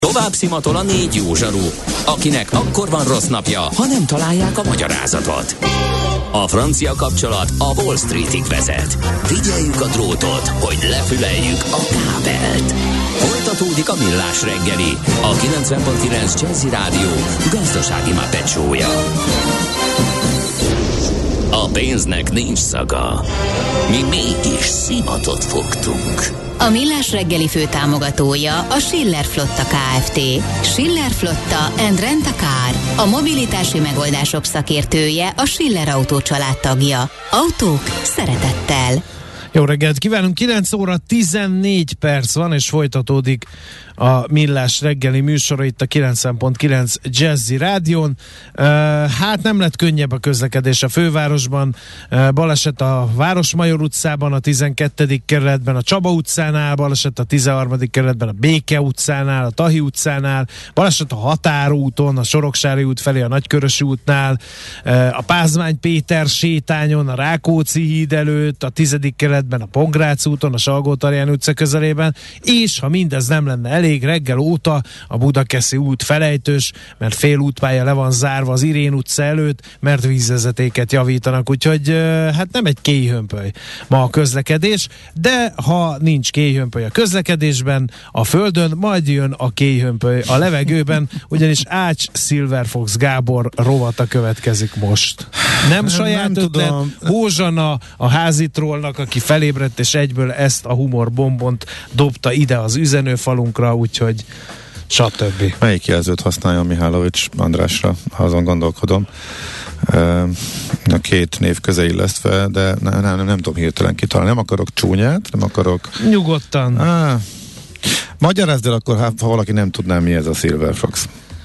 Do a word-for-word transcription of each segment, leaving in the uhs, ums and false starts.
Tovább szimatol a négy jó zsaru, akinek akkor van rossz napja, ha nem találják a magyarázatot. A francia kapcsolat a Wall Streetig vezet. Figyeljük a drótot, hogy lefüleljük a kábelt. Folytatódik a Millás reggeli, a kilencven pont kilenc Jazzy Rádió gazdasági Muppet show-ja. A pénznek nincs szaga. Mi mégis szimatot fogtunk. A Millás reggeli főtámogatója a Schiller Flotta Kft. Schiller Flotta and Rent a Car. A mobilitási megoldások szakértője, a Schiller Autó család tagja. Autók szeretettel. Jó reggelt kívánunk, kilenc óra tizennégy perc van, és folytatódik a Millás reggeli műsora itt a kilencven pont kilenc Jazzy Rádión. Uh, hát nem lett könnyebb a közlekedés a fővárosban. Uh, baleset a Városmajor utcában, a tizenkettedik kerületben, a Csaba utcánál, baleset a tizenharmadik kerületben, a Béke utcánál, a Tahi utcánál, baleset a Határúton, a Soroksári út felé, a Nagykörösi útnál, uh, a Pázmány Péter sétányon, a Rákóczi híd előtt, a tizedik kerületben, a Pongrác úton, a Salgó-Tarján utca közelében, és ha mindez nem lenne elég, reggel óta a Budakeszi út felejtős, mert fél útpálya le van zárva az Irén utca előtt, mert vízvezetéket javítanak, úgyhogy hát nem egy kéjhömpöly ma a közlekedés, de ha nincs kéjhömpöly a közlekedésben, a földön, majd jön a kéjhömpöly a levegőben, ugyanis Ács Silverfox Gábor rovata következik most. Nem, nem saját nem ötlet, Hózsana a házitrollnak, aki felébredt, és egyből ezt a humorbombont dobta ide az üzenőfalunkra, úgyhogy stb. Melyik jelzőt használja Mihálovics Andrásra, ha azon gondolkodom. A két név köze illesztve, de nem, nem, nem tudom hirtelen kitalálni. Nem akarok csúnyát, nem akarok... Nyugodtan. Ah, magyarázd el akkor, ha valaki nem tudná, mi ez a Silver Fox.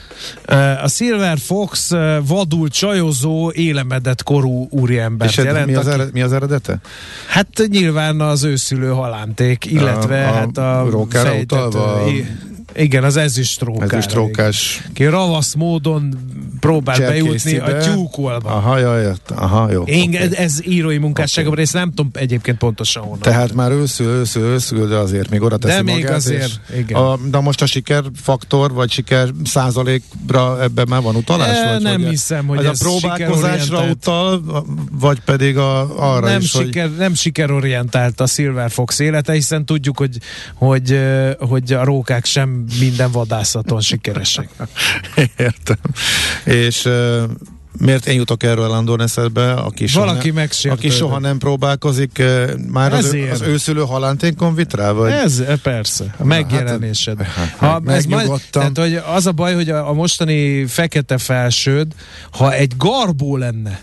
A Silver Fox vadul csajozó, élemedett korú úriembert jelent. Mi az, aki... ered, mi az eredete? Hát nyilván az őszülő halánték, illetve a, hát a, a fejtető. Igen, az ezüstrókár. Ezüstrókás. Ki ravasz módon próbál bejutni a tyúkolba. Aha, jaj, aha, jó. Én, okay. Ez írói munkásságom okay. Rész, nem tudom egyébként pontosan honnan. Tehát már őszül, őszül, őszül, de azért még oda teszi de magát. De még azért, igen. A, de most a sikerfaktor, vagy siker százalékra ebben már van utalás? E, vagy, nem vagy hiszem, hogy ez a próbálkozásra utal, vagy pedig a, arra nem is, siker, hogy... Nem sikerorientált a Silver Fox élete, hiszen tudjuk, hogy, hogy, hogy a rókák sem minden vadászaton sikeresek. Értem. És uh, miért én jutok erről állandóan eszedbe, aki, Valaki soha, ne, aki soha nem próbálkozik, uh, már az, az őszülő halántékon vit rá? Vagy? Ez, persze, a megjelenésed. Hát, ha meg, ez majd, tehát, hogy az a baj, hogy a, a mostani fekete felsőd, ha egy garbó lenne,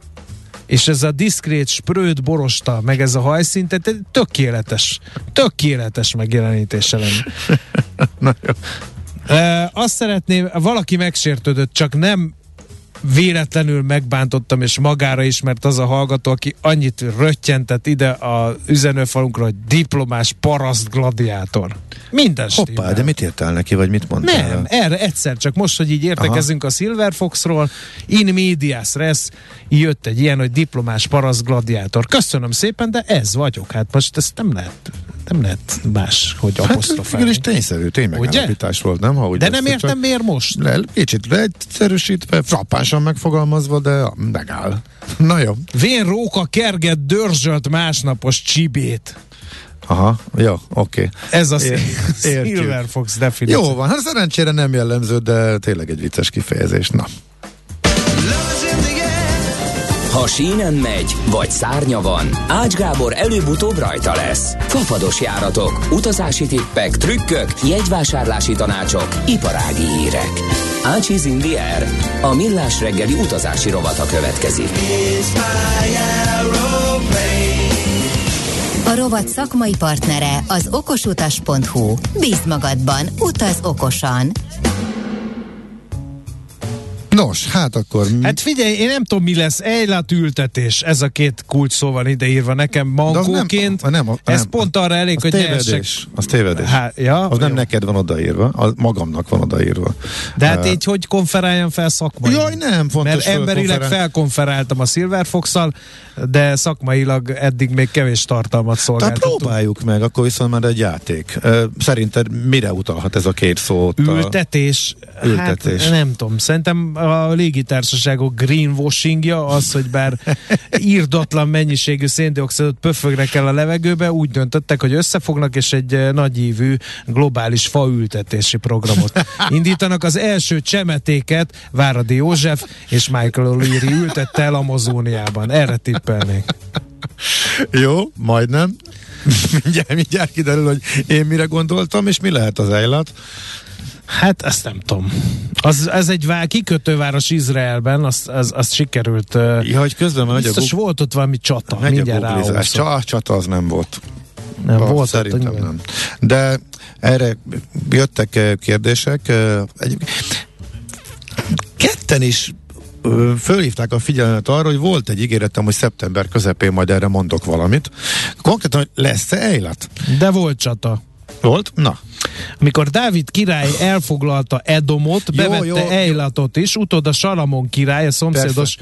és ez a diszkrét, spröd borosta, meg ez a hajszín, tehát tökéletes, tökéletes megjelenítése lenne. Na jó. E, azt szeretném, valaki megsértődött, csak nem véletlenül megbántottam, és magára is, mert az a hallgató, aki annyit röttyentett ide a üzenőfalunkra, hogy diplomás paraszt gladiátor. Minden Hoppá, stimmel. De mit értál neki, vagy mit mondtál? Nem, erre egyszer csak most, hogy így értekezünk Aha. a Silver Foxról, in medias res, jött egy ilyen, hogy diplomás paraszt gladiátor. Köszönöm szépen, de ez vagyok. Hát most ezt nem lehet, nem lehet más, hogy apostrofálni. Hát is tényszerű, ténymegállapítás volt, nem? Ha úgy de nem értem, miért most? Le, kicsit leegyszerűsítve, frappánsan megfogalmazva, de megáll. Na jó. Vén róka kerget dörzsölt másnapos csibét. Aha, jó, oké. Okay. Ez a Silver Fox definíció. Jó van, hát szerencsére nem jellemző, de tényleg egy vicces kifejezés. Na. Ha sínen megy, vagy szárnya van, Ács Gábor előbb-utóbb rajta lesz. Fafados járatok, utazási tippek, trükkök, jegyvásárlási tanácsok, iparági hírek. Ácsiz in the air. A Millás reggeli utazási rovata következik. A rovat szakmai partnere az okosutas pont hu. Bízd magadban, utaz okosan! Nos, hát akkor... Hát figyelj, én nem tudom, mi lesz. Ejlatültetés, ez a két kulcs szó van ideírva nekem mankóként. Nem, nem, nem, ez pont arra elég, az hogy tévedés, ne essek. Az tévedés. Há, ja, az nem jó. neked van odaírva, az magamnak van odaírva. De hát uh, így, hogy konferáljam fel szakmai? Jaj, nem, fontos. Mert emberileg konferál... felkonferáltam a Silver Fox-szal, de szakmailag eddig még kevés tartalmat szolgáltatunk. Tehát próbáljuk meg, akkor viszont már egy játék. Szerinted mire utalhat ez a két szó? Ültetés. Ültetés. Hát nem tudom, szerintem a légitársaságok greenwashingja az, hogy bár írdatlan mennyiségű széndioxidot pöfögnek el a levegőbe, úgy döntöttek, hogy összefognak, és egy nagyívű globális faültetési programot indítanak. Az első csemetéket Váradi József és Michael O'Leary ültette el Amazóniában. Erre tippelnék. Jó, majdnem. mindjárt, mindjárt kiderül, hogy én mire gondoltam, és mi lehet az ejlat. Hát ezt nem tudom. Az, ez egy vá- kikötőváros Izraelben, azt az, az sikerült. Ja, hogy közben megy a biztos Google... volt ott valami csata. Megy mindjárt a googlizás. Csata, csata az nem volt. Nem Ba, volt. Szerintem ott, nem. De erre jöttek kérdések. Egy... Ketten is fölhívták a figyelmet arra, hogy volt egy ígéretem, hogy szeptember közepén majd erre mondok valamit. Konkrétan, hogy lesz-e ejlat? De volt csata. Volt? Na. Amikor Dávid király elfoglalta Edomot, bevette Ejlatot is, utóda Salamon király, a szomszédos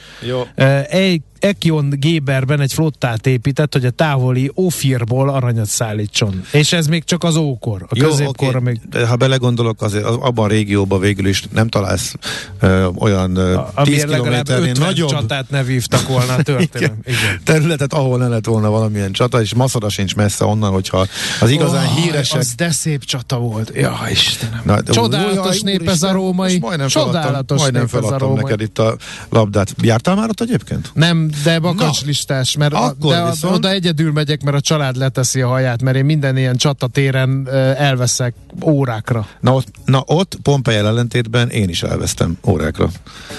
Ej Ekion Géberben egy flottát épített, hogy a távoli Ofirból aranyat szállítson. És ez még csak az ókor. A középkorra okay. még... De ha belegondolok, azért az, abban a régióban végül is nem találsz ö, olyan ö, tíz kilométernél nagyobb csatát ne vívtak volna a történelem. Igen. területet, ahol ne lett volna valamilyen csata, és Maszora sincs messze onnan, hogyha az igazán oh, híresek... Az de szép csata volt. Ja, Istenem. Na, de csodálatos nép ez a római. Csodálatos majdnem nép ez a római. neked itt a labdát. Jártál már ott egyébként? Nem, de bakancslistás, mert a, de viszont... oda egyedül megyek, mert a család leteszi a haját, mert én minden ilyen csatatéren elveszek órákra. Na ott, na ott Pompejel ellentétben én is elvesztem órákra.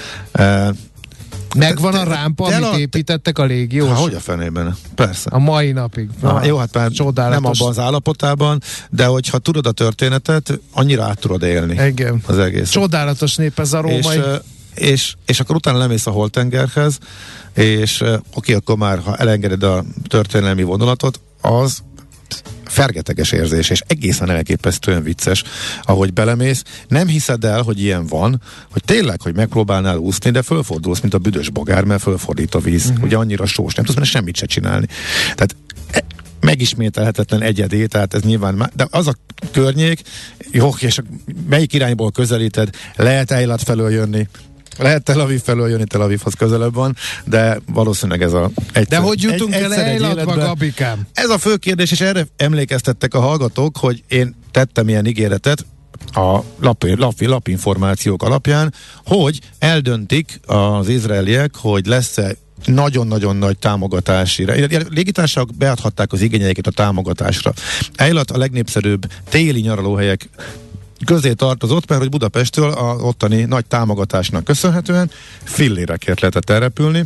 E, Megvan a rámpa, amit a... építettek a légiós? Há, hogy a fenében? Persze. A mai napig. Na, jó, hát már nem abban az állapotában, de hogyha tudod a történetet, annyira át tudod élni. Igen. Az egész. Csodálatos nép ez a római. És, és, és akkor utána lemész a Holtengerhez, és oké, okay, akkor már, ha elengeded a történelmi vonulatot, az fergeteges érzés, és egészen elképesztően vicces, ahogy belemész. Nem hiszed el, hogy ilyen van, hogy tényleg, hogy megpróbálnál úszni, de fölfordulsz, mint a büdös bogár, mert fölfordít a víz. Uh-huh. Ugye annyira sós, nem tudsz benne semmit se csinálni. Tehát megismételhetetlen egyedi, tehát ez nyilván má- de az a környék, jó, és melyik irányból közelíted, lehet Ejlat felől jönni, lehet Tel Aviv felől jönni, Tel Avivhoz közelebb van, de valószínűleg ez a egyszer, de hogy jutunk egy, el Ejlatba, Gabikám? Ez a fő kérdés, és erre emlékeztettek a hallgatók, hogy én tettem ilyen ígéretet a lap, lap, lapinformációk alapján, hogy eldöntik az izraeliek, hogy lesz-e nagyon-nagyon nagy támogatási. Légitársaságok beadhatták az igényeiket a támogatásra. Ejlat a legnépszerűbb téli nyaralóhelyek közé tartozott, mert hogy Budapesttől az ottani nagy támogatásnak köszönhetően fillérekért lehetett elrepülni,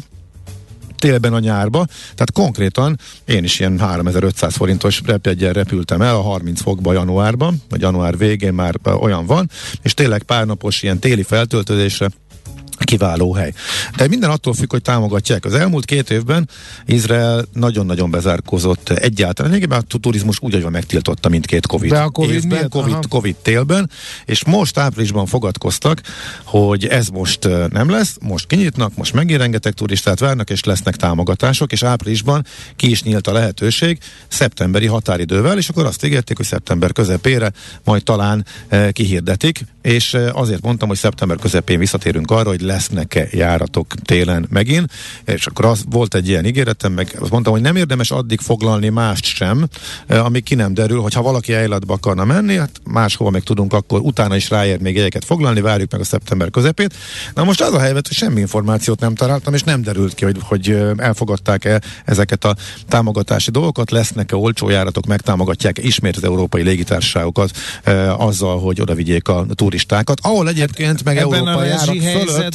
télben a nyárba, tehát konkrétan én is ilyen háromezer-ötszáz forintos repjeggyel repültem el a harminc fokba januárban, vagy január végén már olyan van, és tényleg pár napos ilyen téli feltöltődésre kiváló hely. De minden attól függ, hogy támogatják. Az elmúlt két évben Izrael nagyon-nagyon bezárkózott egyáltalán. Lényegében a turizmus úgy, hogy megtiltotta mindkét Covid, De a COVID évben, miért? COVID, COVID télben, és most áprilisban fogadkoztak, hogy ez most nem lesz, most kinyitnak, most megint rengeteg turistát várnak, és lesznek támogatások, és áprilisban ki is nyílt a lehetőség szeptemberi határidővel, és akkor azt ígérték, hogy szeptember közepére majd talán eh, kihirdetik, és eh, azért mondtam, hogy szeptember közepén visszatérünk arra, hogy lesznek-e járatok télen megint, és akkor az volt egy ilyen ígéretem, meg azt mondtam, hogy nem érdemes addig foglalni mást sem, amíg ki nem derül, hogy ha valaki Ejlatba akarna menni, hát máshova meg tudunk akkor utána is ráér még jegyeket foglalni, várjuk meg a szeptember közepét. Na most az a helyzet, hogy semmi információt nem találtam, és nem derült ki, hogy, hogy elfogadták-e ezeket a támogatási dolgokat, lesznek-e olcsó járatok, megtámogatják ismét az európai légitársaságokat e, azzal, hogy oda vigyék a turistákat, ahol egyébként meg ebben Európa járat fölött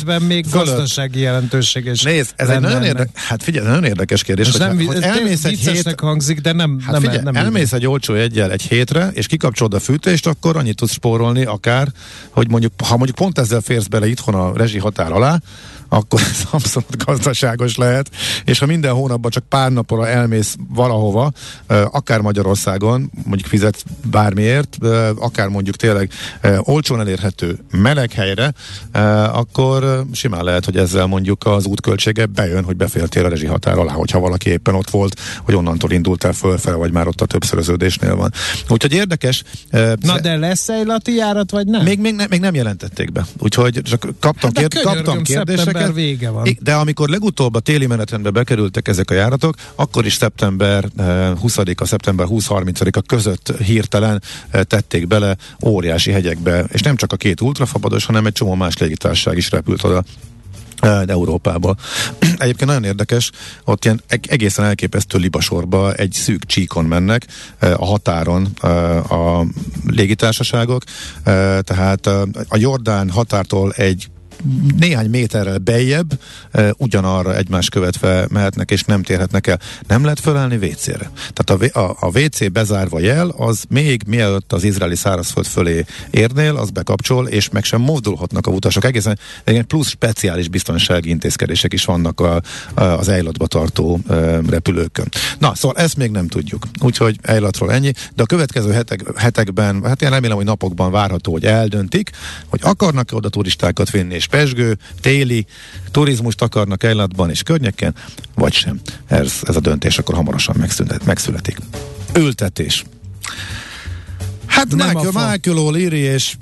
ebben még fölött. Gazdasági jelentőség is. Nézd, ez egy nagyon, érde- hát figyelj, nagyon érdekes kérdés, hogy, nem, hogy elmész egy hét... hangzik, de nem, hát nem, figyelj, nem elmész egy olcsó jeggyel egy hétre, és kikapcsolod a fűtést, akkor annyit tudsz spórolni akár, hogy mondjuk, ha mondjuk pont ezzel férsz bele itthon a rezsi határ alá, akkor ez abszolút gazdaságos lehet, és ha minden hónapban csak pár napra elmész valahova, akár Magyarországon, mondjuk fizetsz bármiért, akár mondjuk tényleg olcsón elérhető meleg helyre, akkor simán lehet, hogy ezzel mondjuk az útköltsége bejön, hogy befértél a rezsi határ alá, hogyha valaki éppen ott volt, hogy onnantól indultál fölfele, vagy már ott a többszöröződésnél van. Úgyhogy érdekes. Na de lesz ejlati járat, vagy nem? Még, még, ne, még nem jelentették be. Úgyhogy csak kaptam, hát kér, kaptam kérdéseket. Vége van. De amikor legutóbb a téli menetrendbe bekerültek ezek a járatok, akkor is szeptember huszadika, szeptember húsz-harmincadika között hirtelen tették bele óriási hegyekbe, és nem csak a két ultrafabados, hanem egy csomó más légitársaság is repült oda Európába. Egyébként nagyon érdekes, ott ilyen egészen elképesztő libasorba egy szűk csíkon mennek a határon a légitársaságok, tehát a Jordán határtól egy néhány méterrel bejjebb e, ugyanarra egymás követve mehetnek, és nem térhetnek el. Nem lehet fölállni vécére. Tehát a, a, a vé cé bezárva jel, az még mielőtt az izraeli szárazföld fölé érnél, az bekapcsol, és meg sem mozdulhatnak a utasok. Egészen plusz speciális biztonsági intézkedések is vannak a, a, az Eilatba tartó e, repülőkön. Na, szóval ezt még nem tudjuk. Úgyhogy Eilatról ennyi, de a következő hetek, hetekben, hát én remélem, hogy napokban várható, hogy eldöntik, hogy akarnak-e oda turistákat vinni, és pesgő, téli turizmust akarnak Eilatban és környéken, vagy sem. Ez, ez a döntés akkor hamarosan megszület, megszületik. Ültetés. Hát Michael O'Leary és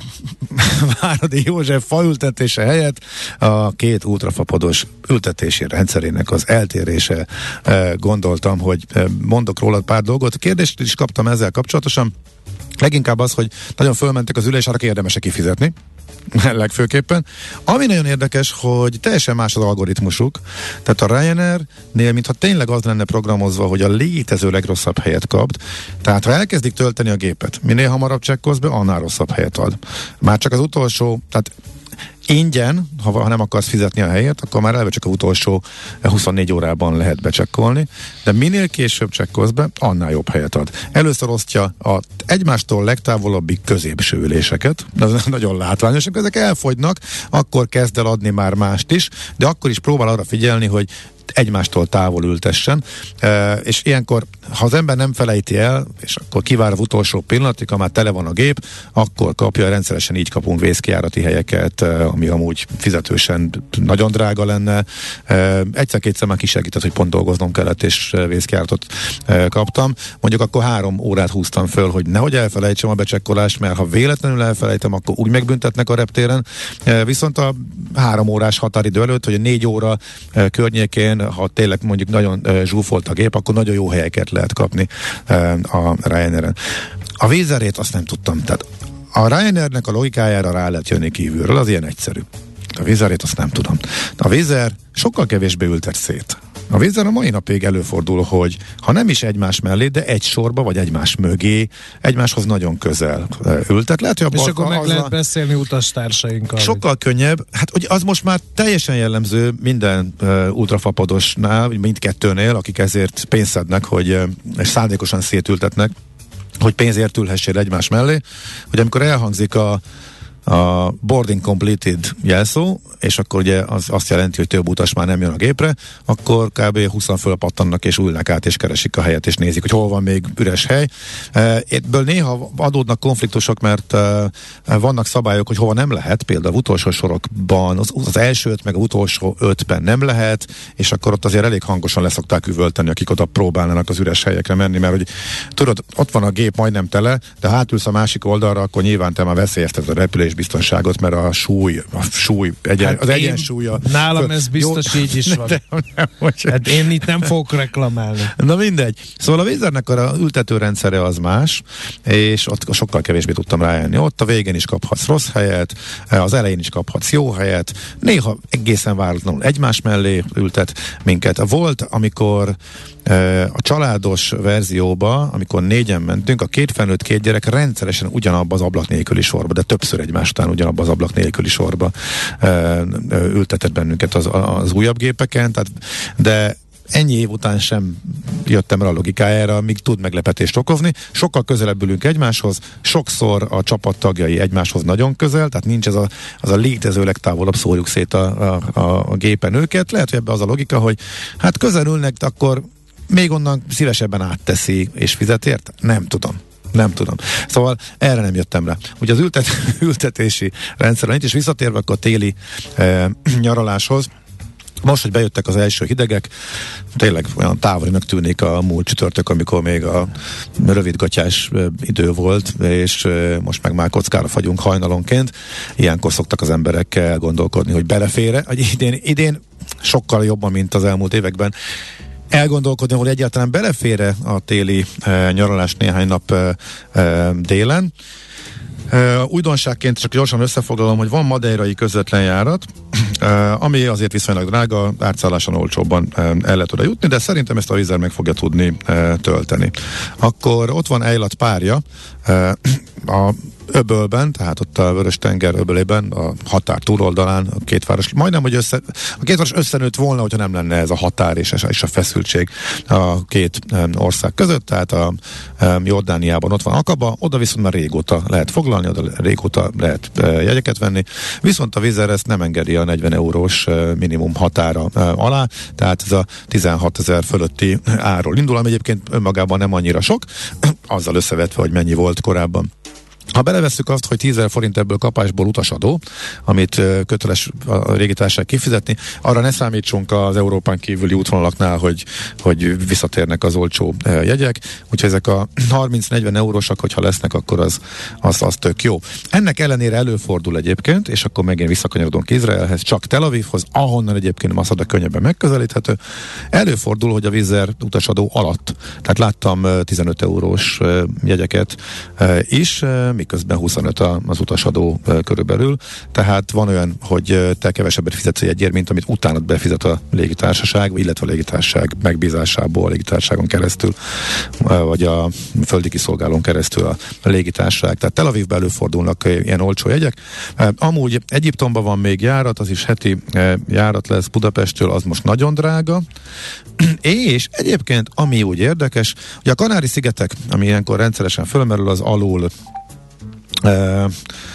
Váradi József faültetése helyett a két ultrafapados ültetési rendszerének az eltérése, gondoltam, hogy mondok róla pár dolgot. Kérdést is kaptam ezzel kapcsolatosan. Leginkább az, hogy nagyon fölmentek az ülésárak, érdemes-e kifizetni. Legfőképpen. Ami nagyon érdekes, hogy teljesen más az algoritmusuk, tehát a Ryanair-nél, mintha tényleg az lenne programozva, hogy a létező legrosszabb helyet kapd, tehát ha elkezdik tölteni a gépet, minél hamarabb csekkolsz be, annál rosszabb helyet ad. Már csak az utolsó, tehát ingyen, ha, ha nem akarsz fizetni a helyet, akkor már eleve csak az utolsó huszonnégy órában lehet becsekkolni, de minél később csekkolsz be, annál jobb helyet ad. Először osztja a egymástól legtávolabbi középső üléseket, de az nagyon látványos, amikor ezek elfogynak, akkor kezd el adni már mást is, de akkor is próbál arra figyelni, hogy egymástól távol ültessen, e, és ilyenkor, ha az ember nem felejti el, és akkor kivár az utolsó pillanatig, ha már tele van a gép, akkor kapja, rendszeresen így kapunk vészkijárati helyeket, ami amúgy fizetősen nagyon drága lenne. E, egyszer-kétszer már kisegített, hogy pont dolgoznom kellett, és vészkijáratot e, kaptam. Mondjuk akkor három órát húztam föl, hogy nehogy elfelejtsem a becsekkolást, mert ha véletlenül elfelejtem, akkor úgy megbüntetnek a reptéren. E, viszont a három órás határidő előtt, hogy a négy óra e, környékén, ha tényleg mondjuk nagyon uh, zsúfolt a gép, akkor nagyon jó helyeket lehet kapni uh, a Ryanair-en. A vízerét azt nem tudtam. Tehát a Ryanair-nek a logikájára rá lehet jönni kívülről, az ilyen egyszerű. A vízerét azt nem tudom. A vízer sokkal kevésbé ültet szét. A vízer a mai napig előfordul, hogy ha nem is egymás mellé, de egy sorba, vagy egymás mögé, egymáshoz nagyon közel ültet. Lehet, hogy a és akkor meg lehet a... beszélni utastársainkkal. Sokkal könnyebb. Hát hogy az most már teljesen jellemző minden uh, ultrafapadosnál, mindkettőnél, akik ezért pénzt szednek, hogy uh, és szándékosan szétültetnek, hogy pénzért ülhessél egymás mellé, hogy amikor elhangzik a a boarding completed jelszó, és akkor ugye az azt jelenti, hogy több utas már nem jön a gépre, akkor kb. húszan fölpattannak és ülnek át, és keresik a helyet, és nézik, hogy hol van még üres hely. Ebből néha adódnak konfliktusok, mert vannak szabályok, hogy hova nem lehet, például utolsó sorokban, az, az első öt, meg az utolsó ötben nem lehet, és akkor ott azért elég hangosan leszokták üvölteni, akik oda próbálnának az üres helyekre menni, mert hogy tudod, ott van a gép majdnem tele, de hátülsz a másik oldalra, akkor nyilván te már veszélyezteted a repülés biztonságot, mert a súly, a súly, egyen, hát az egyensúlya. Nálam föl, ez biztos jó, így is van. De, nem, hát én itt nem fogok reklamálni. Na mindegy. Szóval a Wizardnek a ültetőrendszere az más, és ott sokkal kevésbé tudtam rájönni. Ott a végén is kaphatsz rossz helyet, az elején is kaphatsz jó helyet, néha egészen váratlanul egymás mellé ültet minket. Volt, amikor A családos verzióba, amikor négyen mentünk, a két felnőtt, két gyerek rendszeresen ugyanabba az ablak nélküli sorba, de többször egymás után ugyanabba az ablak nélküli sorba ültetett bennünket az, az újabb gépeken, tehát, de ennyi év után sem jöttem rá a logikájára, míg tud meglepetést okozni. Sokkal közelebb ülünk egymáshoz, sokszor a csapattagjai egymáshoz nagyon közel, tehát nincs ez a, az a létező legtávolabb szórjuk szét a, a, a, a gépen őket. Lehet, hogy ebbe az a logika, hogy hát közel ülnek, akkor még onnan szívesebben átteszi és fizet ért? Nem tudom. Nem tudom. Szóval erre nem jöttem rá. Ugye az ültet, ültetési rendszeren itt is visszatérve akkor a téli e, nyaraláshoz, most, hogy bejöttek az első hidegek, tényleg olyan távolinak tűnik a múlt csütörtök, amikor még a rövidgatyás idő volt, és most meg már kockára fagyunk hajnalonként. Ilyenkor szoktak az emberek elgondolkodni, hogy belefér-e. Idén, idén sokkal jobban, mint az elmúlt években. Elgondolkodni, hogy egyáltalán belefér-e a téli e, nyaralás néhány nap e, e, délen. Uh, újdonságként csak gyorsan összefoglalom, hogy van madeirai közvetlen járat, uh, ami azért viszonylag drága, átszálláson olcsóbban uh, el lehet oda jutni, de szerintem ezt a Wizz Air meg fogja tudni uh, tölteni. Akkor ott van Eilat párja, uh, a öbölben, tehát ott a Vörös-tenger öbölében, a határ túloldalán, a két város, majdnem, hogy össze, a két város összenőtt volna, hogyha nem lenne ez a határ és, és a feszültség a két um, ország között, tehát a um, Jordániában ott van Akaba, oda viszont már régóta lehet foglalni, oda régóta lehet uh, jegyeket venni, viszont a Wizz Air ezt nem engedi a negyven eurós uh, minimum határa uh, alá, tehát ez a tizenhatezer fölötti árról indul, ami egyébként önmagában nem annyira sok, azzal összevetve, hogy mennyi volt korábban. Ha belevesszük azt, hogy tízezer forint ebből kapásból utasadó, amit köteles a légitársaság kifizetni, arra ne számítsunk az Európán kívüli útvonalaknál, hogy, hogy visszatérnek az olcsó jegyek, úgyhogy ezek a harminc-negyven eurósak, hogyha lesznek, akkor az, az, az tök jó. Ennek ellenére előfordul egyébként, és akkor megint visszakanyarodunk Izraelhez, csak Tel Avivhoz, ahonnan egyébként Masada könnyebben megközelíthető. Előfordul, hogy a Wizz Air utasadó alatt, tehát láttam tizenöt eurós jegyeket is, miközben huszonöt az utasadó körülbelül, tehát van olyan, hogy te kevesebbet fizetsz egyért, mint amit utánad befizet a légitársaság, illetve a légitársaság megbízásából, a légitársaságon keresztül, vagy a földi kiszolgálón keresztül a légitársaság. Tehát Tel Avivben előfordulnak ilyen olcsó jegyek. Amúgy Egyiptomban van még járat, az is heti járat lesz Budapesttől, az most nagyon drága, és egyébként, ami úgy érdekes, hogy a Kanári-szigetek, ami ilyenkor rendszeresen fölmerül, az alul Uh,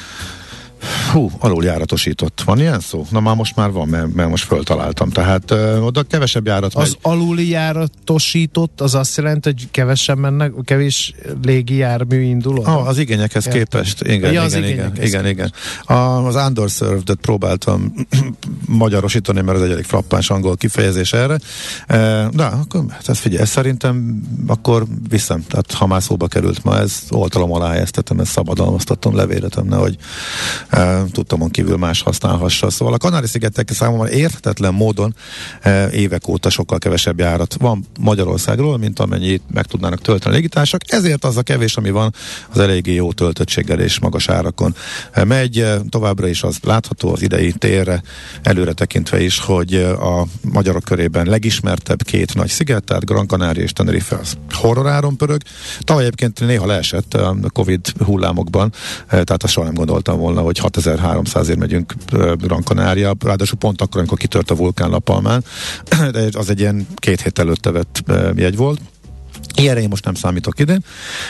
hú, aluljáratosított. Van ilyen szó? Na már most már van, mert, mert most föltaláltam. Tehát uh, oda kevesebb járat az megy. Aluljáratosított, az azt jelenti, hogy kevesen mennek, kevés légi jármű indul? Ah, az igényekhez Értem. képest. Igen, ja, igen, igen, igen, igen. A, az underserved-et próbáltam magyarosítani, mert ez egy elég frappáns angol kifejezés erre. De akkor, hát figyelj, ez szerintem akkor viszem. Tehát ha már szóba került ma, ez oltalom alá helyeztetem, ezt szabadalmaztatom, levéletem, nehogy Uh, tudtamon kívül más használhassa. Szóval a Kanári-szigetek számomra érthetetlen módon uh, évek óta sokkal kevesebb járat van Magyarországról, mint amennyit meg tudnának tölteni a légitársak. Ezért az a kevés, ami van, az eléggé jó töltöttséggel és magas árakon uh, megy. Uh, továbbra is az látható az idei térre, előre tekintve is, hogy uh, a magyarok körében legismertebb két nagy sziget, tehát Gran Canaria és Tenerife az horroráron pörög. Tavaly egyébként néha leesett a Covid hullámokban, uh, tehát azt soha nem gondoltam volna, hogy hatezer-háromszázért megyünk Gran Canaria, ráadásul pont akkor, amikor kitört a vulkán La Palmán, de az egy ilyen két hét előtte vett jegy volt. Ilyenre én most nem számítok idén.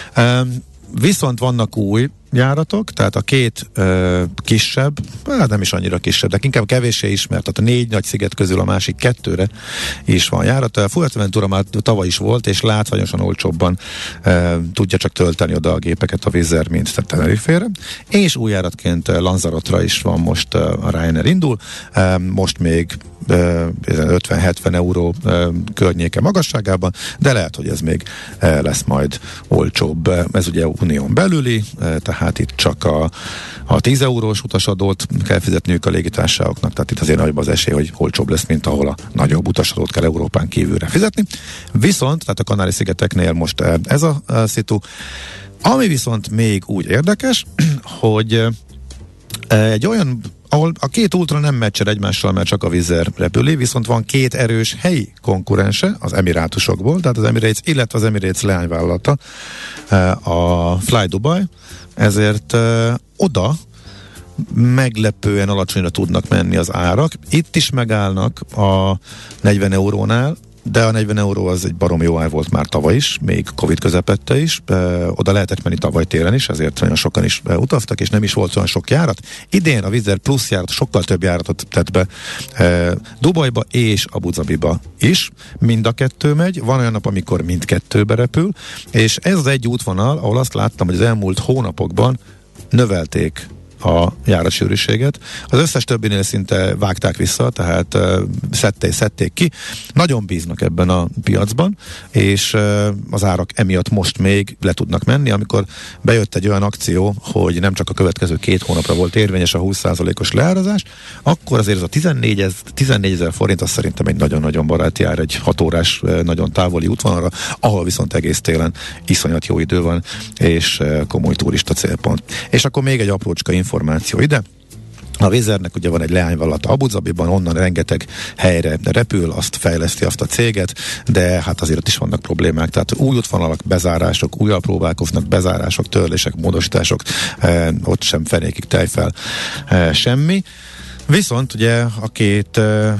Viszont vannak új járatok, tehát a két ö, kisebb, hát nem is annyira kisebb, de inkább kevéssé ismert, tehát a négy nagy sziget közül a másik kettőre is van járat. A Fuerteventura már tavaly is volt, és látványosan olcsóbban ö, tudja csak tölteni oda a gépeket a Wizz Air, mint Tenerife-re. És új járatként Lanzarote-ra is van most a Ryanair indul, ö, most még ötven-hetven euró ö, környéke magasságában, de lehet, hogy ez még ö, lesz majd olcsóbb. Ez ugye unión belüli, ö, tehát itt csak a, a tíz eurós utasadót kell fizetniük a légitársaságoknak, tehát itt azért nagyobb az esély, hogy olcsóbb lesz, mint ahol a nagyobb utasadót kell Európán kívülre fizetni. Viszont, tehát a Kanári-szigeteknél most ö, ez a, a szitu. Ami viszont még úgy érdekes, hogy ö, egy olyan ahol a két ultra nem meccsel egymással, mert csak a Wizz Air repüli, viszont van két erős helyi konkurense az Emirátusokból, tehát az Emirates, illetve az Emirates leányvállalata, a Fly Dubai, ezért oda meglepően alacsonyra tudnak menni az árak. Itt is megállnak a negyven eurónál, de a negyven euró az egy barom jó ár volt már tavaly is, még Covid közepette is. E, oda lehetett menni tavaly télen is, ezért nagyon sokan is e, utaztak, és nem is volt olyan sok járat. Idén a Wizz Air plusz járat, sokkal több járatot tett be e, Dubajba és Abu Dhabiba is. Mind a kettő megy. Van olyan nap, amikor mindkettőbe repül, és ez az egy útvonal, ahol azt láttam, hogy az elmúlt hónapokban növelték a járatsűrűséget. Az összes többinél szinte vágták vissza, tehát uh, szedték, szedték ki. Nagyon bíznak ebben a piacban, és uh, az árak emiatt most még le tudnak menni, amikor bejött egy olyan akció, hogy nem csak a következő két hónapra volt érvényes a húsz százalékos leárazás, akkor azért ez a tizennégy ezer forint, az szerintem egy nagyon-nagyon baráti ár, egy hat órás, nagyon távoli útvonalra, ahol viszont egész télen iszonyat jó idő van, és uh, komoly turista célpont. És akkor még egy aprócska információ ide. A Wizz Airnek ugye van egy leányvállalata Abu Dhabiban, onnan rengeteg helyre repül, azt fejleszti azt a céget, de hát azért ott is vannak problémák, tehát új útvonalak, bezárások, újra próbálkoznak, bezárások, törlések, módosítások, eh, ott sem fenékig tejfel eh, semmi. Viszont ugye a két uh,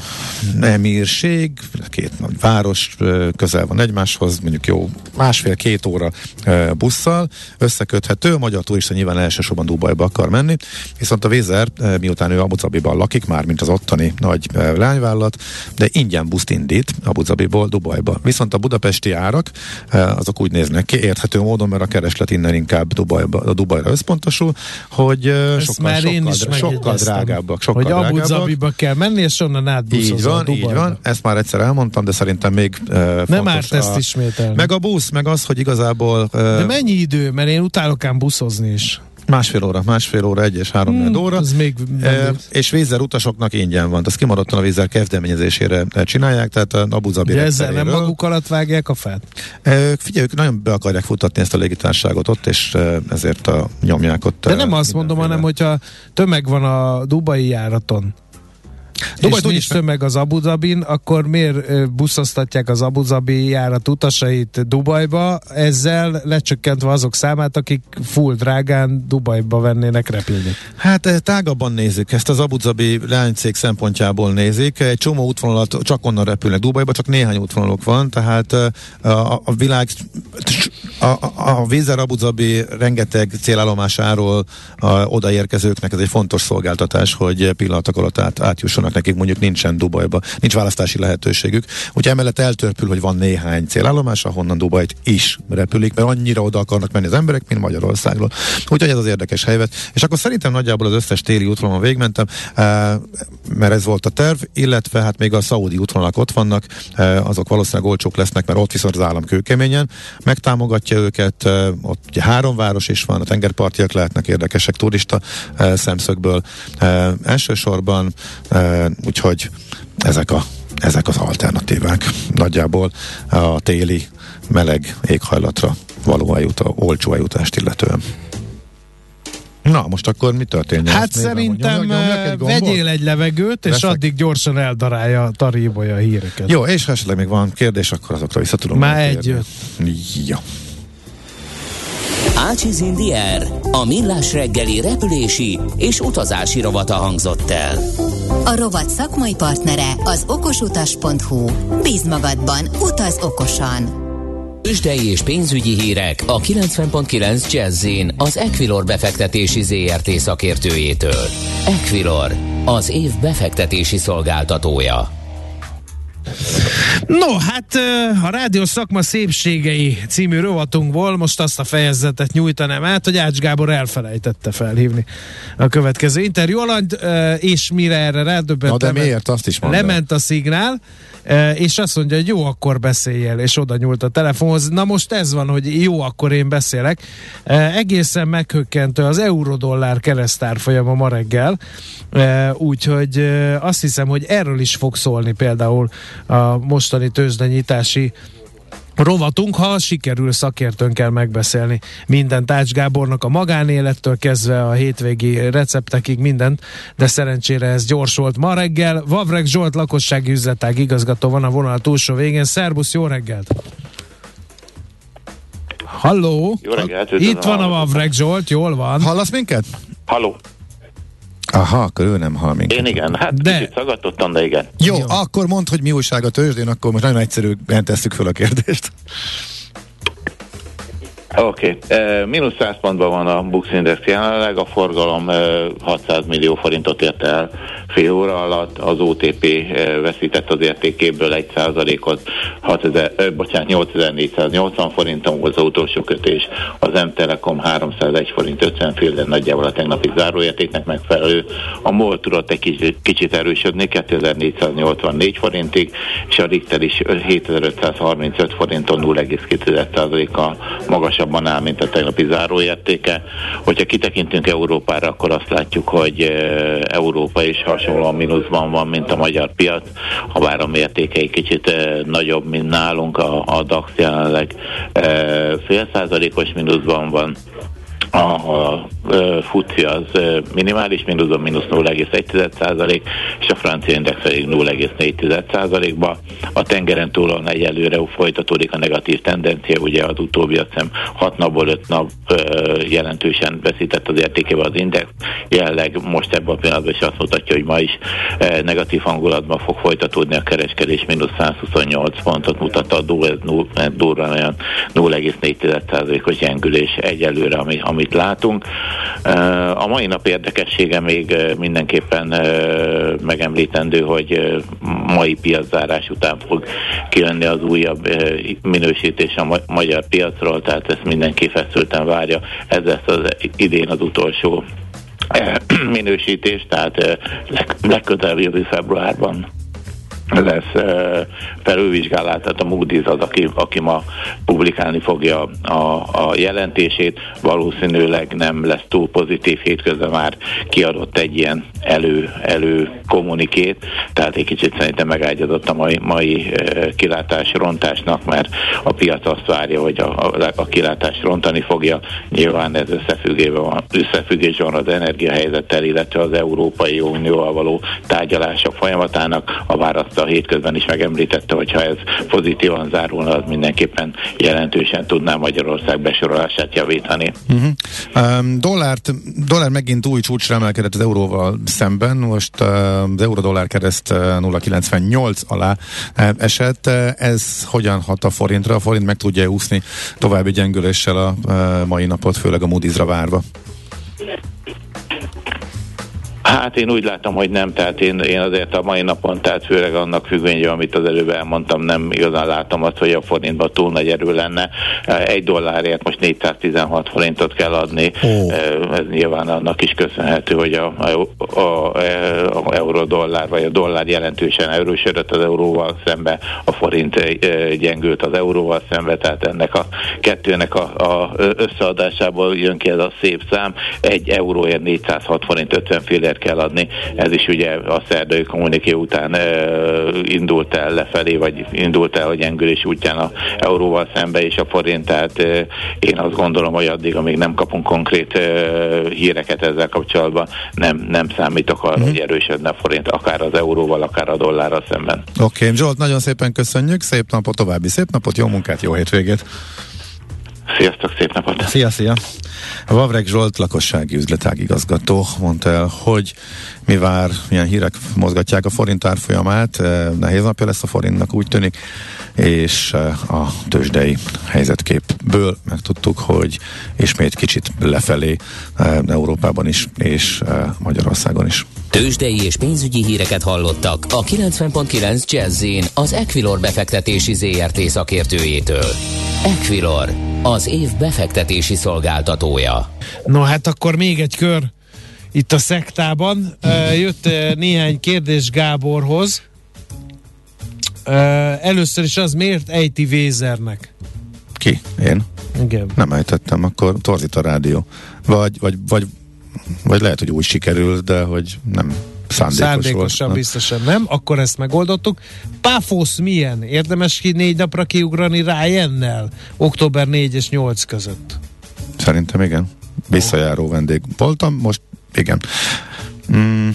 emírség, a két nagy város uh, közel van egymáshoz, mondjuk jó másfél-két óra uh, busszal összeköthető, a magyar turista nyilván elsősorban Dubajba akar menni, viszont a Wizz Air, uh, miután ő Abu Dhabiban lakik már, mint az ottani nagy uh, lányvállalat, de ingyen buszt indít Abu Dhabiból Dubajba. Viszont a budapesti árak uh, azok úgy néznek ki, érthető módon, mert a kereslet innen inkább Dubajba, a Dubajra összpontosul, hogy uh, sokkal, sokkal, sokkal drágábbak, sokkal Abu Dhabiba kell menni, és onnan átbuszozol. Így van, így van. Ezt már egyszer elmondtam, de szerintem még uh, fontos. Nem árt ezt ismételni. Meg a busz, meg az, hogy igazából... Uh, de mennyi idő? Mert én utálok ám buszozni is. Másfél óra, másfél óra, egy és három hmm, óra. Ez még e, és Wizz Air utasoknak ingyen van. Ezt kimaradtan a Wizz Air kezdeményezésére csinálják, tehát a Abu Dhabi de ezzel nem maguk alatt vágják a fát? E, figyelj, ők nagyon be akarják futtatni ezt a légitársaságot ott, és ezért a, nyomják ott. De nem azt mondom, hanem hogyha tömeg van a dubai járaton, Dubai és nincs tömeg az Abu Dhabin, akkor miért buszoztatják az Abu Dhabi járat utasait Dubajba, ezzel lecsökkentve azok számát, akik full drágán Dubajba vennének repülni? Hát tágabban nézik, ezt az Abu Dhabi leánycég szempontjából nézik. Egy csomó útvonalat csak onnan repülnek Dubajba, csak néhány útvonalok van, tehát a, a világ a, a, a Wizz Air Abu Dhabi rengeteg célállomásáról a, odaérkezőknek ez egy fontos szolgáltatás, hogy pillanatok alatt át, átjussanak, nekik mondjuk nincsen Dubajba, nincs választási lehetőségük. Úgyhogy emellett eltörpül, hogy van néhány célállomás, ahonnan Dubajt is repülik, mert annyira oda akarnak menni az emberek, mint Magyarországról. Úgyhogy ez az érdekes helyzet. És akkor szerintem nagyjából az összes téli útvonalon végigmentem, mert ez volt a terv, illetve hát még a szaudi útvonalak ott vannak, azok valószínűleg olcsók lesznek, mert ott viszont az állam kőkeményen megtámogatja őket, ott ugye három város is van, a tengerpartiak lehetnek érdekesek turista szemszögből elsősorban, úgyhogy ezek, a, ezek az alternatívák nagyjából a téli meleg éghajlatra való eljutó, olcsó eljutást illetően. Na, most akkor mi történik? Hát szerintem nyomjak, nyomjak egy vegyél egy levegőt, és Veszek. addig gyorsan eldarálja, taríbolja a híreket. Jó, és ha esetleg még van kérdés, akkor azokra vissza tudom. Már egy jött. Ja. Ácsiz in the Air, a millás reggeli repülési és utazási rovata hangzott el. A rovat szakmai partnere az okosutas pont hu. Bízz magadban, utaz okosan! Tőzsdei és pénzügyi hírek a kilencven pont kilenc Jazz-in az Equilor befektetési zé er té szakértőjétől. Equilor, az év befektetési szolgáltatója. No, hát a Rádió Szakma szépségei című rovatunkból most azt a fejezetet nyújtanám át, hogy Ács Gábor elfelejtette felhívni a következő interjú alatt, és mire erre rádöbbent, Na de miért? Azt is mondom. Lement a szignál, és azt mondja, hogy jó, akkor beszéljél, és oda nyúlt a telefonhoz. Na most ez van, hogy jó, akkor én beszélek. Egészen meghökkentő az euró-dollár keresztárfolyama ma reggel, úgyhogy azt hiszem, hogy erről is fog szólni például a mostani tőzsdenyitási rovatunk, ha sikerül szakértőnkkel megbeszélni mindent, Ács Gábornak a magánélettől kezdve a hétvégi receptekig mindent, de szerencsére ez gyors volt ma reggel. Vavreg Zsolt lakossági üzletág igazgató van a vonal túlsó végén. Szerbusz, jó reggelt! Halló! Jó reggelt! Itt van a Vavreg Zsolt, jól van. Hallasz minket? Halló! Aha, akkor ő nem hall minket. Én igen, hát De... kicsit szagatottam, de igen. Jó, Jó, akkor mondd, hogy mi újság a tőzsdén, akkor most nagyon egyszerűen tesszük föl a kérdést. Oké, okay. e, mínusz száz pontban van a Bux Index jelenleg, a forgalom e, hatszáz millió forintot ért el fél óra alatt, az o té pé e, veszített az értékéből egy százalékot, nyolcezer-négyszáznyolcvan forinton volt az utolsó kötés, az M-Telekom háromszázegy forint ötven fillér, nagyjából a tegnapi záróértéknek megfelelő, a MOL tudott egy kicsit, kicsit erősödni kétezer-négyszáznyolcvannégy forintig, és a Richter is hétezer-ötszázharmincöt forinton nulla egész két százalékkal magasabban áll, mint a tegnapi záróértéke. Hogyha kitekintünk Európára, akkor azt látjuk, hogy Európa is hasonlóan mínuszban van, mint a magyar piac, ha bár a mértékei kicsit nagyobb, mint nálunk, a, a DAX jelenleg fél százalékos mínuszban van. A, a, a FUCI az minimális mínuszban, mínusz nulla egész egy százalék, és a francia index pedig nulla egész négy százalékba. A tengeren túlon egyelőre folytatódik a negatív tendencia, ugye az utóbbi azt hiszem hat napból öt nap jelentősen veszített az értékébe az index. Jelenleg most ebben a pillanatban is azt mutatja, hogy ma is negatív hangulatban fog folytatódni a kereskedés, mínusz százhuszonnyolc pontot mutatta a durva olyan nulla egész négy százalékos gyengülés egyelőre, ami, ami amit látunk. A mai nap érdekessége még mindenképpen megemlítendő, hogy mai piaczárás után fog kijönni az újabb minősítés a magyar piacról, tehát ezt mindenki feszülten várja. Ez lesz az idén az utolsó minősítés, tehát legközelebb jövő februárban lesz uh, felülvizsgálat, tehát a Moody's az, aki, aki ma publikálni fogja a, a jelentését, valószínűleg nem lesz túl pozitív, hétközben már kiadott egy ilyen elő, elő kommunikét, tehát egy kicsit szerintem megágyazott a mai, mai uh, kilátás rontásnak, mert a piac azt várja, hogy a, a, a kilátás rontani fogja, nyilván ez összefüggésben van, összefüggésben van az energiahelyzettel, illetve az Európai Unióval való tárgyalások folyamatának, a választ a hétközben is megemlítette, hogyha ez pozitívan zárulna, az mindenképpen jelentősen tudná Magyarország besorolását javítani. Uh-huh. Um, dollárt, dollár megint új csúcsra emelkedett az euróval szemben, most uh, az euró-dollár kereszt uh, nulla egész kilencvennyolc alá uh, esett. Uh, ez hogyan hat a forintra? A forint meg tudja úszni további gyengüléssel a uh, mai napot, főleg a Moody's-ra várva? Hát én úgy látom, hogy nem, tehát én, én azért a mai napon, tehát főleg annak függvényében, amit az előbb elmondtam, nem igazán látom azt, hogy a forintban túl nagy erő lenne. Egy dollárért most négyszáztizenhat forintot kell adni. Oh. Ez nyilván annak is köszönhető, hogy a, a, a, a euró-dollár, vagy a dollár jelentősen erősödött az euróval szembe, a forint gyengült az euróval szembe, tehát ennek a kettőnek a, a összeadásából jön ki ez a szép szám. Egy euróért négyszázhat forint ötven fillér kell adni. Ez is ugye a szerdai kommuniké után e, indult el lefelé, vagy indult el a gyengülés útján a euróval szembe és a forint, tehát e, én azt gondolom, hogy addig, amíg nem kapunk konkrét e, híreket ezzel kapcsolatban, nem, nem számítok arra, mm. hogy erősödne a forint, akár az euróval, akár a dollárral szemben. Oké, okay. Zsolt, nagyon szépen köszönjük, szép napot, további szép napot, jó munkát, jó hétvégét! Sziasztok, szép napot! Szia, szia! Vavreg Zsolt, lakossági üzletág igazgató mondta el, hogy mi vár, milyen hírek mozgatják a forint árfolyamát. Nehéz napja lesz a forintnak, úgy tűnik, és a tőzsdei helyzetképből megtudtuk, hogy ismét kicsit lefelé Európában is, és Magyarországon is. Tőzsdei és pénzügyi híreket hallottak a kilencven pont kilenc Jazz-in az Equilor befektetési zé er té szakértőjétől. Equilor, az év befektetési szolgáltatója. No hát akkor még egy kör itt a szektában. Uh, jött uh, néhány kérdés Gáborhoz. Uh, először is az, miért ejti Vézernek? Ki? Én? Igen. Nem ejtettem, akkor torzít a rádió. Vagy, vagy, vagy, vagy lehet, hogy úgy sikerül, de hogy nem szándékos Szándékosan volt. Biztosan nem, akkor ezt megoldottuk. Paphos milyen? Érdemes ki négy napra kiugrani Ryannel? október négy és nyolc között. Szerintem igen. Visszajáró vendég voltam, most igen. Mm,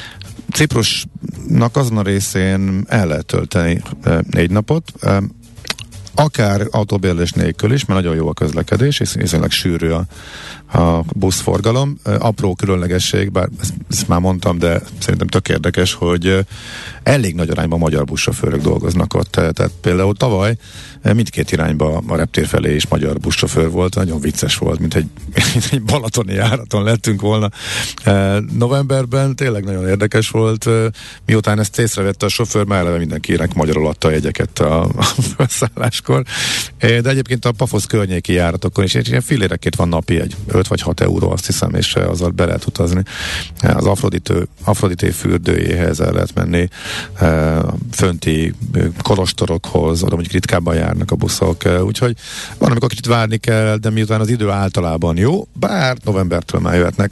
Ciprusnak azon a részén el lehet tölteni e, négy napot, e, akár autóbérlés nélkül is, mert nagyon jó a közlekedés, és viszonylag sűrű a, a buszforgalom. E, apró különlegesség, bár ezt, ezt már mondtam, de szerintem tök érdekes, hogy e, elég nagy arányban magyar buszsofőrök dolgoznak ott. Tehát például tavaly mindkét irányba a reptér felé is magyar buszsofőr volt, nagyon vicces volt, mint egy, mint egy balatoni járaton lettünk volna e, novemberben, tényleg nagyon érdekes volt, e, miután ezt észrevette a sofőr, már eleve mindenkinek magyarul adta a jegyeket a, a felszálláskor, e, de egyébként a Paphos környéki járatokon is ilyen fillérekként van napi egy öt vagy hat euró, azt hiszem, és azzal be lehet utazni. Az Afroditő, Afrodité fürdőjéhez el lehet menni, e, fönti kolostorokhoz, oda mondjuk ritkábban járnak a buszok, úgyhogy van, amikor kicsit várni kell, de miután az idő általában jó, bár novembertől már jöhetnek.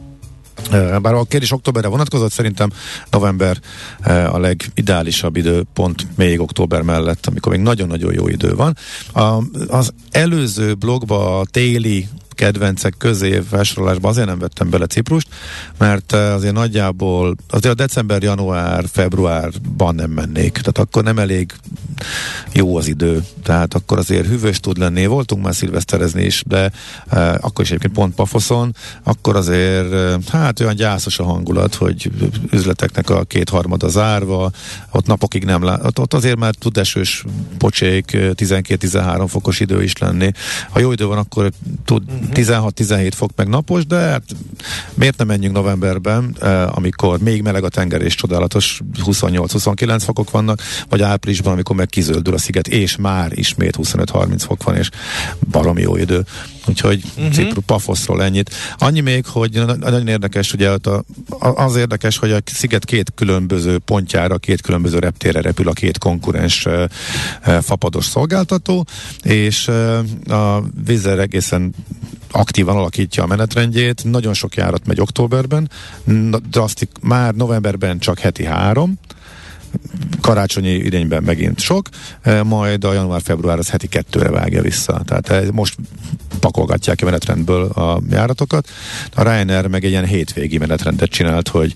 Bár a kérdés októberre vonatkozott, szerintem november a legideálisabb időpont még október mellett, amikor még nagyon-nagyon jó idő van. A, az előző blogba a téli kedvencek közé felsorolásban azért nem vettem bele Ciprust, mert azért nagyjából azért a december, január, februárban nem mennék, tehát akkor nem elég jó az idő, tehát akkor azért hűvös tud lenni, voltunk már szilveszterezni is, de eh, akkor is egyébként pont Paphoson, akkor azért eh, hát olyan gyászos a hangulat, hogy üzleteknek a kétharmada zárva, ott napokig nem lát, ott, ott azért már tud esős pocsék, tizenkét-tizenhárom fokos idő is lenni. Ha jó idő van, akkor tud tizenhat-tizenhét fok meg napos, de hát miért nem menjünk novemberben, eh, amikor még meleg a tenger és csodálatos huszonnyolc-huszonkilenc fokok vannak, vagy áprilisban, amikor meg kizöldül a sziget, és már ismét huszonöt-harminc fok van, és baromi jó idő. Úgyhogy uh-huh. Ciprus, Paphoszról ennyit. Annyi még, hogy nagyon érdekes, ugye az érdekes, hogy a sziget két különböző pontjára, két különböző reptérre repül a két konkurens uh, fapados szolgáltató, és uh, a Wizz Air egészen aktívan alakítja a menetrendjét, nagyon sok járat megy októberben, drasztik, már novemberben csak heti három, karácsonyi idényben megint sok, majd a január-február az heti kettőre vágja vissza. Tehát most pakolgatják a menetrendből a járatokat. A Ryanair meg egy ilyen hétvégi menetrendet csinált, hogy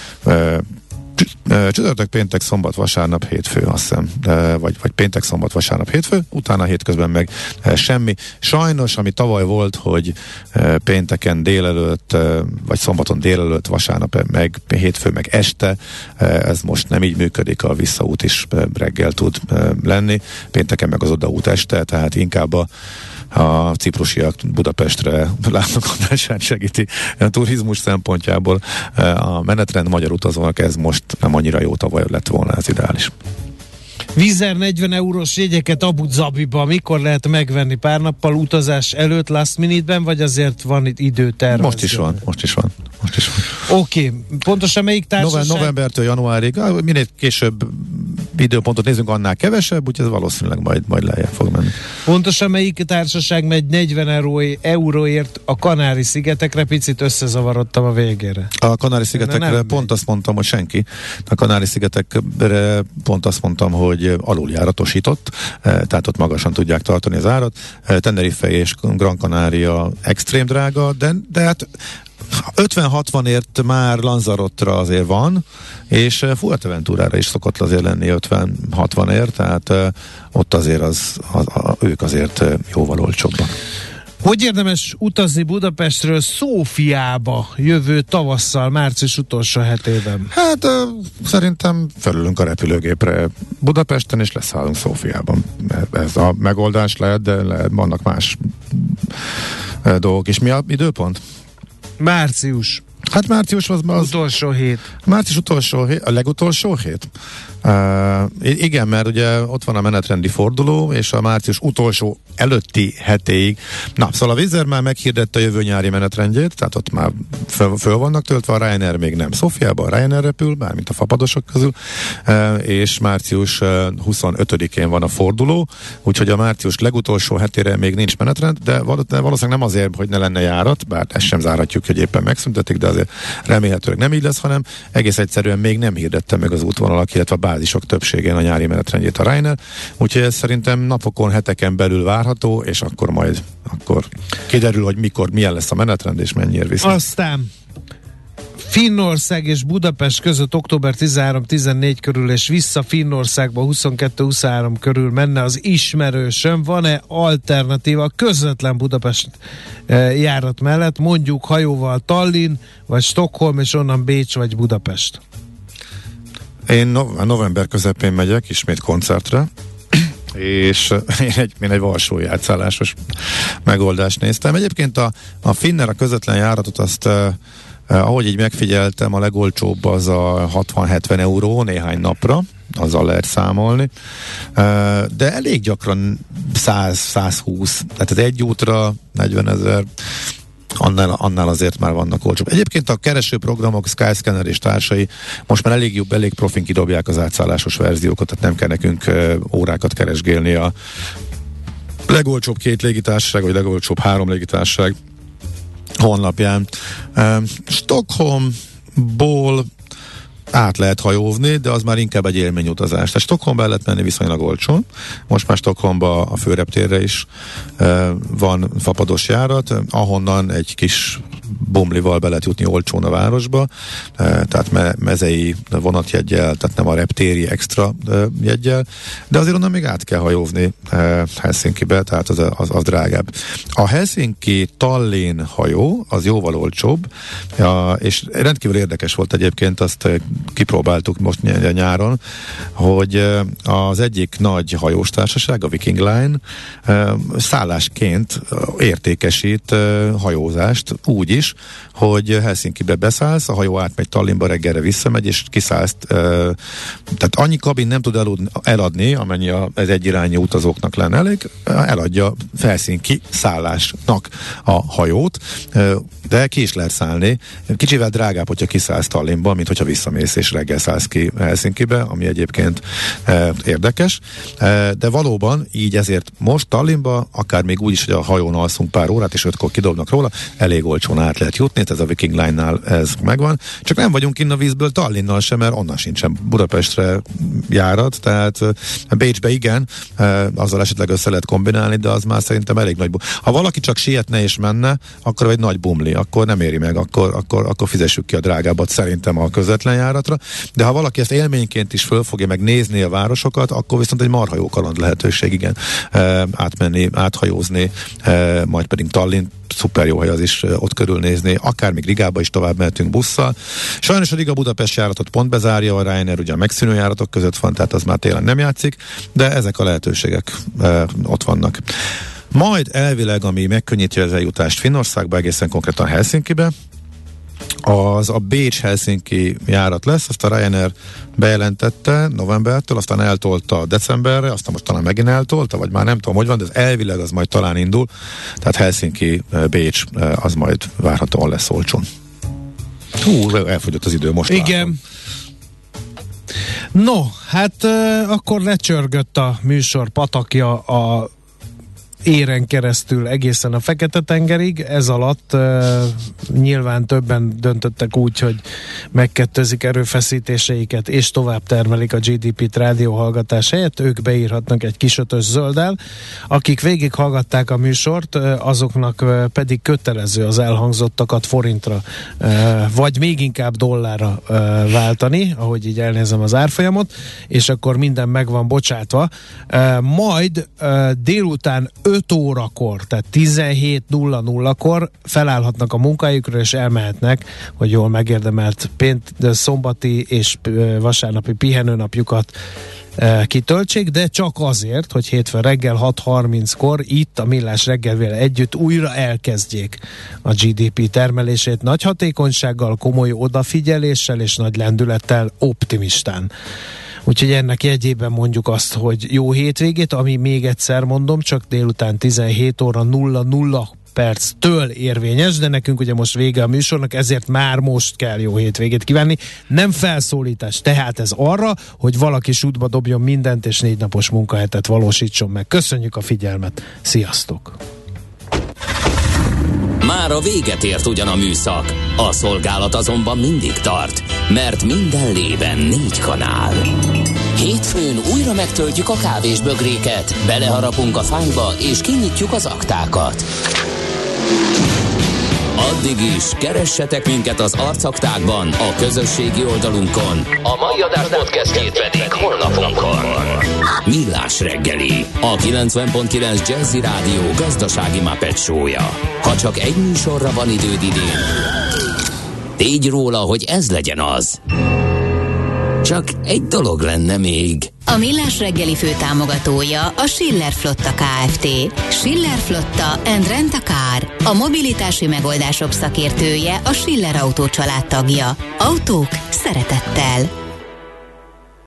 csütörtök, péntek, szombat, vasárnap, hétfő, azt hiszem, vagy, vagy péntek, szombat, vasárnap, hétfő, utána hétközben meg semmi. Sajnos, ami tavaly volt, hogy pénteken délelőtt, vagy szombaton délelőtt, vasárnap meg hétfő, meg este, ez most nem így működik, a visszaút is reggel tud lenni, pénteken meg az odaút este, tehát inkább a a ciprusiak Budapestre látogatását segíti a turizmus szempontjából. A menetrend magyar utazónak ez most nem annyira jó, tavaly lett volna, ez ideális. Wizz Air negyven eurós jegyeket Abu Dhabiba mikor lehet megvenni? Pár nappal utazás előtt, last minute-ben, vagy azért van itt időtervezve? Most is van, most is van. Most is van. Oké, okay. Pontosan melyik társaság? Novembertől januárig, minél később időpontot nézzünk, annál kevesebb, úgyhogy ez valószínűleg majd, majd lejjebb fog menni. Pontosan melyik társaság megy negyven euróért a Kanári-szigetekre? Picit összezavarodtam a végére. A Kanári-szigetekre pont megy. Azt mondtam, hogy senki. A Kanári-szigetekre pont azt mondtam, hogy aluljáratosított, tehát ott magasan tudják tartani az árat. Tenerife és Gran Canaria extrém drága, de, de hát ötven-hatvanért már Lanzarotra azért van, és Fuerteventurára is szokott azért lenni ötven-hatvanért, tehát uh, ott azért az, a, a, ők azért uh, jóval olcsóbbak. Hogy érdemes utazni Budapestről Szófiába jövő tavasszal, március utolsó hetében? Hát uh, szerintem felülünk a repülőgépre Budapesten, és leszállunk Szófiában. Ez a megoldás lehet, de lehet, vannak más uh, dolgok. És mi a időpont? Március. Hát március az, az utolsó hét. Március utolsó hét, a legutolsó hét? Uh, igen, mert ugye ott van a menetrendi forduló, és a március utolsó előtti hetéig. Na, szóval a Wizz Air már meghirdette a jövő nyári menetrendjét, tehát ott már föl, föl vannak töltve, a Ryanair még nem. Szófiában a Ryanair repül, bármint a fapadosok közül, uh, és március huszonötödikén van a forduló, úgyhogy a március legutolsó hetére még nincs menetrend, de valószínűleg nem azért, hogy ne lenne járat, bár ezt sem zárhatjuk, hogy éppen megszüntetik, de azért remélhetőleg nem így lesz, hanem egész egyszerűen még nem hirdette meg az útvonalak, illetve a bázisok többségén a nyári menetrendjét a Ryanair, úgyhogy ez szerintem napokon, heteken belül várható, és akkor majd akkor kiderül, hogy mikor, milyen lesz a menetrend, és mennyire viszont. Aztán Finnország és Budapest között október tizenhárom-tizennégy körül, és vissza Finnországba huszonkettő-huszonhárom körül menne az ismerősöm. Van-e alternatíva közvetlen Budapest e, járat mellett, mondjuk hajóval Tallinn, vagy Stockholm, és onnan Bécs, vagy Budapest? Én no- november közepén megyek ismét koncertre, és én egy, én egy Varsói átszállásos megoldást néztem. Egyébként a, a Finner, a közvetlen járatot azt eh, ahogy így megfigyeltem, a legolcsóbb az a hatvan-hetven euró néhány napra, azzal lehet számolni, eh, de elég gyakran száz-százhúsz, tehát az egy útra negyvenezer, Annál, annál azért már vannak olcsóbb. Egyébként a keresőprogramok, Skyscanner és társai most már elég jobb, elég profin kidobják az átszállásos verziókat, tehát nem kell nekünk uh, órákat keresgélni a legolcsóbb két légitársaság, vagy legolcsóbb három légitársaság honlapján. Uh, Stockholmból át lehet hajózni, de az már inkább egy élményutazás. Tehát Stockholmba el lehet menni viszonylag olcsón. Most már Stockholmba a főreptérre is e, van fapados járat, ahonnan egy kis bomlival be lehet jutni olcsón a városba, e, tehát me, mezei vonatjeggyel, tehát nem a reptéri extra e, jeggyel, de azért onnan még át kell hajózni e, Helsinkibe, tehát az, az, az drágább. A Helsinki Tallinn hajó az jóval olcsóbb, ja, és rendkívül érdekes volt egyébként, azt kipróbáltuk most nyáron, hogy az egyik nagy hajóstársaság, a Viking Line szállásként értékesít hajózást úgy is, hogy Helsinkibe beszállsz, a hajó átmegy Tallinnba, reggelre visszamegy, és kiszállsz. Tehát annyi kabin nem tud eladni, amennyi az egyirányú utazóknak lenne elég, eladja Helsinki szállásnak a hajót, de ki is lehet szállni. Kicsivel drágább, hogyha kiszállsz Tallinnba, mint hogyha visszamész és reggel szállsz ki Helsinkibe, ami egyébként e, érdekes. E, de valóban így ezért most Tallinnba, akár még úgy is, hogy a hajón alszunk pár órát, és ötkor kidobnak róla, elég olcsón át lehet jutni, ez a Viking Line-nál ez megvan. Csak nem vagyunk innen a vízből Tallinnnal sem, mert onnan sincsen Budapestre járat, tehát Bécsbe igen, e, azzal esetleg össze lehet kombinálni, de az már szerintem elég nagy bumli. Ha valaki csak sietne és menne, akkor egy nagy bumli, akkor nem éri meg, akkor, akkor, akkor fizessük ki a drágábbat szerintem a közvetlen járatra, de ha valaki ezt élményként is föl fogja meg nézni a városokat, akkor viszont egy marha jó kaland lehetőség, igen, e, átmenni, áthajózni, e, majd pedig Tallinn, szuper jó hely az is, e, ott körülnézni, akár még Rigába is tovább mehetünk busszal. Sajnos a Riga-Budapest járatot pont bezárja, a Ryanair ugye a megszűnő járatok között van, tehát az már télen nem játszik, de ezek a lehetőségek e, ott vannak. Majd elvileg, ami megkönnyíti az eljutást Finnországba, egészen konkrétan Helsinkibe, az a Bécs-Helsinki járat lesz, azt a Ryanair bejelentette novembertől, aztán eltolta decemberre, aztán most talán megint eltolta, vagy már nem tudom, hogy van, de az elvileg az majd talán indul, tehát Helsinki-Bécs az majd várhatóan lesz olcsón. Hú, elfogyott az idő most. Igen. Látom. No, hát uh, akkor lecsörgött a műsor patakja a éren keresztül egészen a Fekete-tengerig. Ez alatt uh, nyilván többen döntöttek úgy, hogy megkettőzik erőfeszítéseiket, és tovább termelik a gé dé pét rádióhallgatás helyett. Ők beírhatnak egy kis ötös zölddel. Akik végighallgatták a műsort, uh, azoknak uh, pedig kötelező az elhangzottakat forintra, uh, vagy még inkább dollárra uh, váltani, ahogy így elnézem az árfolyamot, és akkor minden meg van bocsátva. Uh, majd uh, délután öt órakor, tehát tizenhét nulla nullakor felállhatnak a munkájukra, és elmehetnek, hogy jól megérdemelt pént, szombati és vasárnapi pihenőnapjukat e, kitöltsék, de csak azért, hogy hétfőn reggel hat harminckor itt a Millás reggelvel együtt újra elkezdjék a gé dé pé termelését nagy hatékonysággal, komoly odafigyeléssel és nagy lendülettel, optimistán. Úgyhogy ennek jegyében mondjuk azt, hogy jó hétvégét, ami még egyszer mondom, csak délután tizenhét óra nulla nulla perctől érvényes, de nekünk ugye most vége a műsornak, ezért már most kell jó hétvégét kívánni. Nem felszólítás, tehát ez arra, hogy valaki sútba dobjon mindent, és négy napos munkahetet valósítson meg. Köszönjük a figyelmet, sziasztok! Már a véget ért ugyan a műszak, a szolgálat azonban mindig tart, mert minden lében négy kanál. Hétfőn újra megtöltjük a kávésbögréket, beleharapunk a fányba és kinyitjuk az aktákat. Addig is keressetek minket az arcaktákban, a közösségi oldalunkon. A mai adás podcastjét pedig honlapunkon. Millás reggeli, a kilencven pont kilenc Jazzy Rádió gazdasági Muppet show-ja. Ha csak egy műsorra van időd idén, tégy róla, hogy ez legyen az. Csak egy dolog lenne még. A Millás reggeli főtámogatója a Schiller Flotta Kft. Schiller Flotta and Rent a Car. A mobilitási megoldások szakértője, a Schiller Autó család tagja. Autók szeretettel.